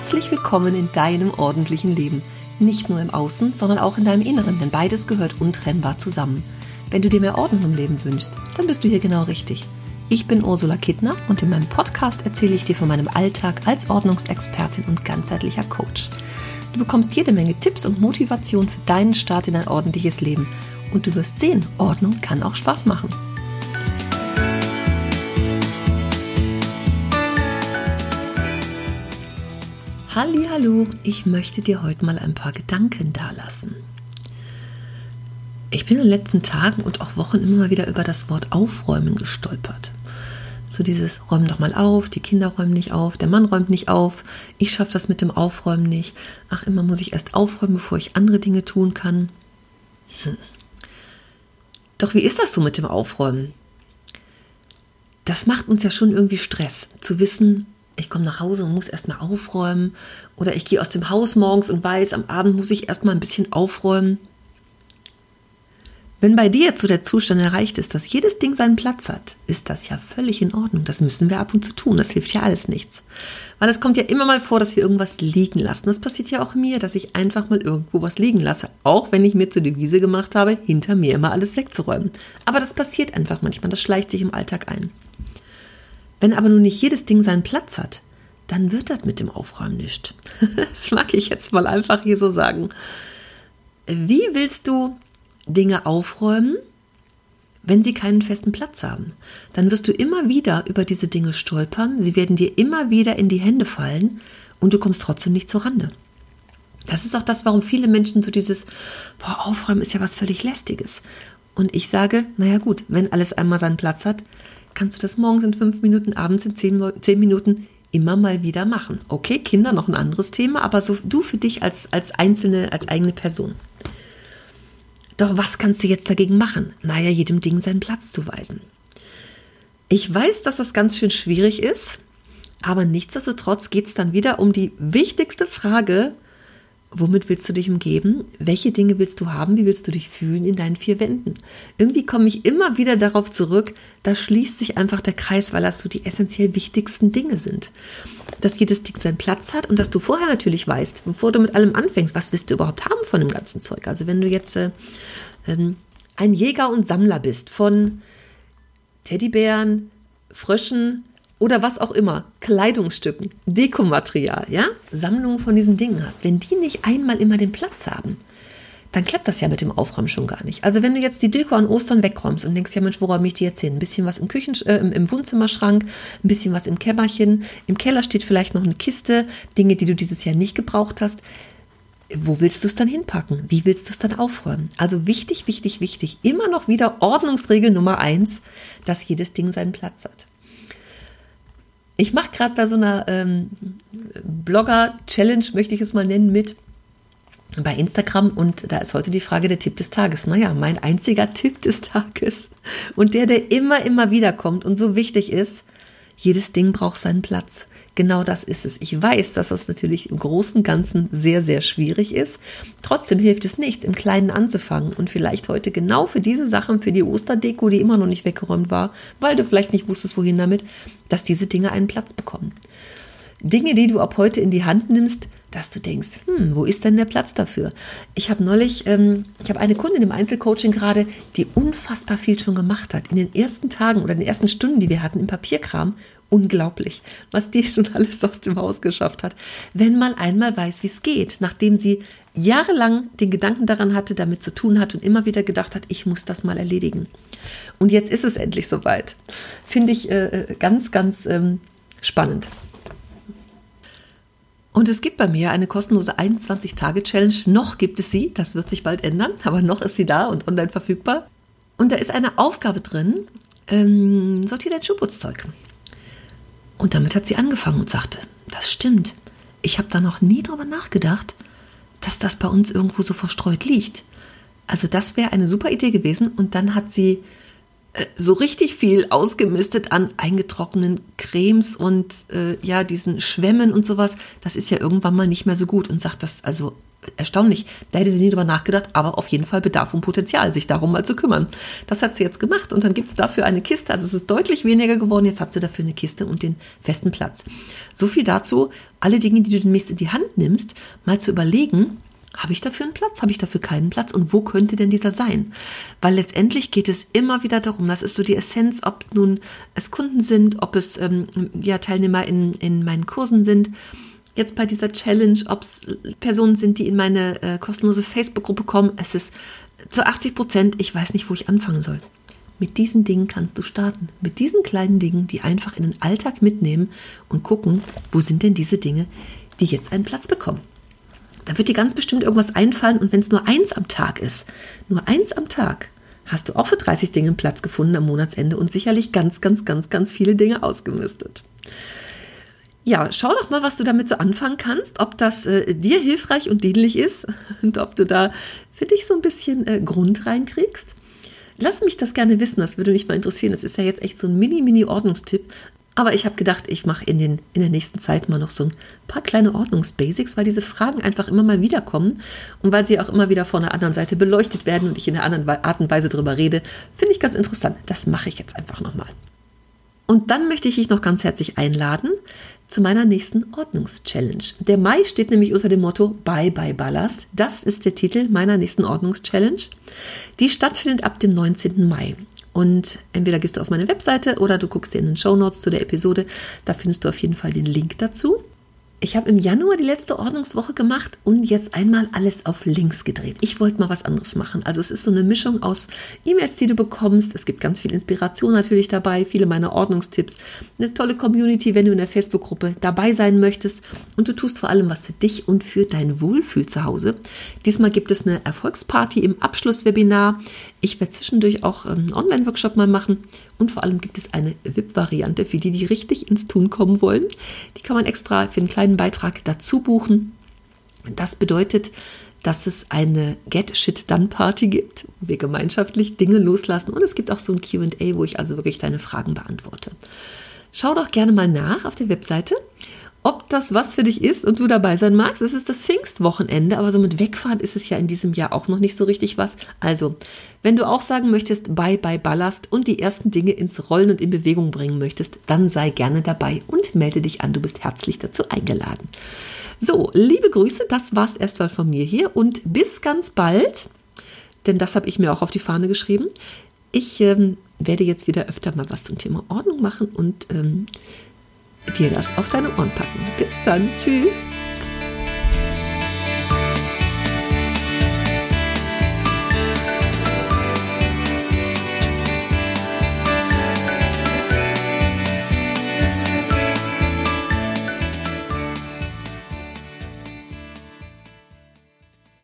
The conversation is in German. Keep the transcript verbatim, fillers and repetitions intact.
herzlich willkommen in deinem ordentlichen Leben. Nicht nur im Außen, sondern auch in deinem Inneren, denn beides gehört untrennbar zusammen. Wenn du dir mehr Ordnung im Leben wünschst, dann bist du hier genau richtig. Ich bin Ursula Kittner und in meinem Podcast erzähle ich dir von meinem Alltag als Ordnungsexpertin und ganzheitlicher Coach. Du bekommst jede Menge Tipps und Motivation für deinen Start in ein ordentliches Leben. Und du wirst sehen, Ordnung kann auch Spaß machen. Hallihallo, ich möchte dir heute mal ein paar Gedanken dalassen. Ich bin in den letzten Tagen und auch Wochen immer mal wieder über das Wort Aufräumen gestolpert. So dieses, räum doch mal auf, die Kinder räumen nicht auf, der Mann räumt nicht auf, ich schaffe das mit dem Aufräumen nicht. Ach, immer muss ich erst aufräumen, bevor ich andere Dinge tun kann. Hm. Doch wie ist das so mit dem Aufräumen? Das macht uns ja schon irgendwie Stress, zu wissen, ich komme nach Hause und muss erstmal aufräumen. Oder ich gehe aus dem Haus morgens und weiß, am Abend muss ich erstmal ein bisschen aufräumen. Wenn bei dir zu der Zustand erreicht ist, dass jedes Ding seinen Platz hat, ist das ja völlig in Ordnung. Das müssen wir ab und zu tun. Das hilft ja alles nichts. Weil es kommt ja immer mal vor, dass wir irgendwas liegen lassen. Das passiert ja auch mir, dass ich einfach mal irgendwo was liegen lasse. Auch wenn ich mir zur Devise gemacht habe, hinter mir immer alles wegzuräumen. Aber das passiert einfach manchmal. Das schleicht sich im Alltag ein. Wenn aber nun nicht jedes Ding seinen Platz hat, dann wird das mit dem Aufräumen nicht. Das mag ich jetzt mal einfach hier so sagen. Wie willst du Dinge aufräumen, wenn sie keinen festen Platz haben? Dann wirst du immer wieder über diese Dinge stolpern, sie werden dir immer wieder in die Hände fallen und du kommst trotzdem nicht zur Rande. Das ist auch das, warum viele Menschen so dieses, boah, Aufräumen ist ja was völlig Lästiges. Und ich sage, naja gut, wenn alles einmal seinen Platz hat, kannst du das morgens in fünf Minuten, abends in zehn, zehn Minuten immer mal wieder machen. Okay, Kinder noch ein anderes Thema, aber so du für dich als, als einzelne, als eigene Person. Doch was kannst du jetzt dagegen machen? Naja, jedem Ding seinen Platz zu weisen. Ich weiß, dass das ganz schön schwierig ist, aber nichtsdestotrotz geht es dann wieder um die wichtigste Frage: Womit willst du dich umgeben? Welche Dinge willst du haben? Wie willst du dich fühlen in deinen vier Wänden? Irgendwie komme ich immer wieder darauf zurück, da schließt sich einfach der Kreis, weil das so die essentiell wichtigsten Dinge sind. Dass jedes Ding seinen Platz hat und dass du vorher natürlich weißt, bevor du mit allem anfängst, was willst du überhaupt haben von dem ganzen Zeug? Also wenn du jetzt äh, ähm, ein Jäger und Sammler bist von Teddybären, Fröschen, oder was auch immer, Kleidungsstücken, Dekomaterial, ja, Sammlungen von diesen Dingen hast, wenn die nicht einmal immer den Platz haben, dann klappt das ja mit dem Aufräumen schon gar nicht. Also wenn du jetzt die Deko an Ostern wegräumst und denkst, ja Mensch, wo räume ich die jetzt hin? Ein bisschen was im Küchen, äh, im, im Wohnzimmerschrank, ein bisschen was im Kämmerchen, im Keller steht vielleicht noch eine Kiste, Dinge, die du dieses Jahr nicht gebraucht hast. Wo willst du es dann hinpacken? Wie willst du es dann aufräumen? Also wichtig, wichtig, wichtig, immer noch wieder Ordnungsregel Nummer eins, dass jedes Ding seinen Platz hat. Ich mache gerade bei so einer ähm, Blogger-Challenge, möchte ich es mal nennen, mit bei Instagram und da ist heute die Frage der Tipp des Tages. Naja, mein einziger Tipp des Tages und der, der immer, immer wieder kommt und so wichtig ist: Jedes Ding braucht seinen Platz. Genau das ist es. Ich weiß, dass das natürlich im Großen und Ganzen sehr, sehr schwierig ist. Trotzdem hilft es nichts, im Kleinen anzufangen und vielleicht heute genau für diese Sachen, für die Osterdeko, die immer noch nicht weggeräumt war, weil du vielleicht nicht wusstest, wohin damit, dass diese Dinge einen Platz bekommen. Dinge, die du ab heute in die Hand nimmst, dass du denkst, hm, wo ist denn der Platz dafür? Ich habe neulich, ähm, ich habe eine Kundin im Einzelcoaching gerade, die unfassbar viel schon gemacht hat. In den ersten Tagen oder in den ersten Stunden, die wir hatten im Papierkram, unglaublich, was die schon alles aus dem Haus geschafft hat. Wenn man einmal weiß, wie es geht, nachdem sie jahrelang den Gedanken daran hatte, damit zu tun hat und immer wieder gedacht hat, ich muss das mal erledigen. Und jetzt ist es endlich soweit. Finde ich äh, ganz, ganz ähm, spannend. Und es gibt bei mir eine kostenlose einundzwanzig-Tage-Challenge. Noch gibt es sie, das wird sich bald ändern, aber noch ist sie da und online verfügbar. Und da ist eine Aufgabe drin, ähm, sortiere dein Schuhputzzeug. Und damit hat sie angefangen und sagte, das stimmt, ich habe da noch nie drüber nachgedacht, dass das bei uns irgendwo so verstreut liegt. Also das wäre eine super Idee gewesen. Und dann hat sie äh, so richtig viel ausgemistet an eingetrockneten Cremes und äh, ja diesen Schwämmen und sowas. Das ist ja irgendwann mal nicht mehr so gut und sagt das, also erstaunlich, da hätte sie nie drüber nachgedacht, aber auf jeden Fall Bedarf und Potenzial, sich darum mal zu kümmern. Das hat sie jetzt gemacht und dann gibt es dafür eine Kiste, also es ist deutlich weniger geworden, jetzt hat sie dafür eine Kiste und den festen Platz. So viel dazu, alle Dinge, die du demnächst in die Hand nimmst, mal zu überlegen, habe ich dafür einen Platz, habe ich dafür keinen Platz und wo könnte denn dieser sein? Weil letztendlich geht es immer wieder darum, das ist so die Essenz, ob nun es Kunden sind, ob es ähm, ja, Teilnehmer in, in meinen Kursen sind, jetzt bei dieser Challenge, ob es Personen sind, die in meine äh, kostenlose Facebook-Gruppe kommen. Es ist zu achtzig Prozent, ich weiß nicht, wo ich anfangen soll. Mit diesen Dingen kannst du starten. Mit diesen kleinen Dingen, die einfach in den Alltag mitnehmen und gucken, wo sind denn diese Dinge, die jetzt einen Platz bekommen. Da wird dir ganz bestimmt irgendwas einfallen und wenn es nur eins am Tag ist, nur eins am Tag, hast du auch für dreißig Dinge einen Platz gefunden am Monatsende und sicherlich ganz, ganz, ganz, ganz viele Dinge ausgemistet. Ja, schau doch mal, was du damit so anfangen kannst, ob das äh, dir hilfreich und dienlich ist und ob du da für dich so ein bisschen äh, Grund reinkriegst. Lass mich das gerne wissen, das würde mich mal interessieren. Das ist ja jetzt echt so ein Mini-Mini-Ordnungstipp. Aber ich habe gedacht, ich mache in, den, in der nächsten Zeit mal noch so ein paar kleine Ordnungsbasics, weil diese Fragen einfach immer mal wiederkommen und weil sie auch immer wieder von der anderen Seite beleuchtet werden und ich in einer anderen Art und Weise drüber rede, finde ich ganz interessant. Das mache ich jetzt einfach nochmal. Und dann möchte ich dich noch ganz herzlich einladen zu meiner nächsten Ordnungs-Challenge. Der Mai steht nämlich unter dem Motto Bye Bye Ballast. Das ist der Titel meiner nächsten Ordnungs-Challenge. Die stattfindet ab dem neunzehnten Mai. Und entweder gehst du auf meine Webseite oder du guckst dir in den Shownotes zu der Episode. Da findest du auf jeden Fall den Link dazu. Ich habe im Januar die letzte Ordnungswoche gemacht und jetzt einmal alles auf links gedreht. Ich wollte mal was anderes machen. Also es ist so eine Mischung aus E-Mails, die du bekommst. Es gibt ganz viel Inspiration natürlich dabei, viele meiner Ordnungstipps. Eine tolle Community, wenn du in der Facebook-Gruppe dabei sein möchtest. Und du tust vor allem was für dich und für dein Wohlfühl zu Hause. Diesmal gibt es eine Erfolgsparty im Abschlusswebinar. Ich werde zwischendurch auch einen Online-Workshop mal machen. Und vor allem gibt es eine V I P-Variante für die, die richtig ins Tun kommen wollen. Die kann man extra für einen kleinen Beitrag dazu buchen. Das bedeutet, dass es eine Get-Shit-Done-Party gibt, wo wir gemeinschaftlich Dinge loslassen. Und es gibt auch so ein Q and A, wo ich also wirklich deine Fragen beantworte. Schau doch gerne mal nach auf der Webseite, ob das was für dich ist und du dabei sein magst. Es ist das Pfingstwochenende, aber so mit Wegfahren ist es ja in diesem Jahr auch noch nicht so richtig was. Also, wenn du auch sagen möchtest, bye bye Ballast und die ersten Dinge ins Rollen und in Bewegung bringen möchtest, dann sei gerne dabei und melde dich an. Du bist herzlich dazu eingeladen. So, liebe Grüße, das war's erstmal von mir hier und bis ganz bald, denn das habe ich mir auch auf die Fahne geschrieben. Ich ähm, werde jetzt wieder öfter mal was zum Thema Ordnung machen und ähm, dir das auf deine Ohren packen. Bis dann. Tschüss.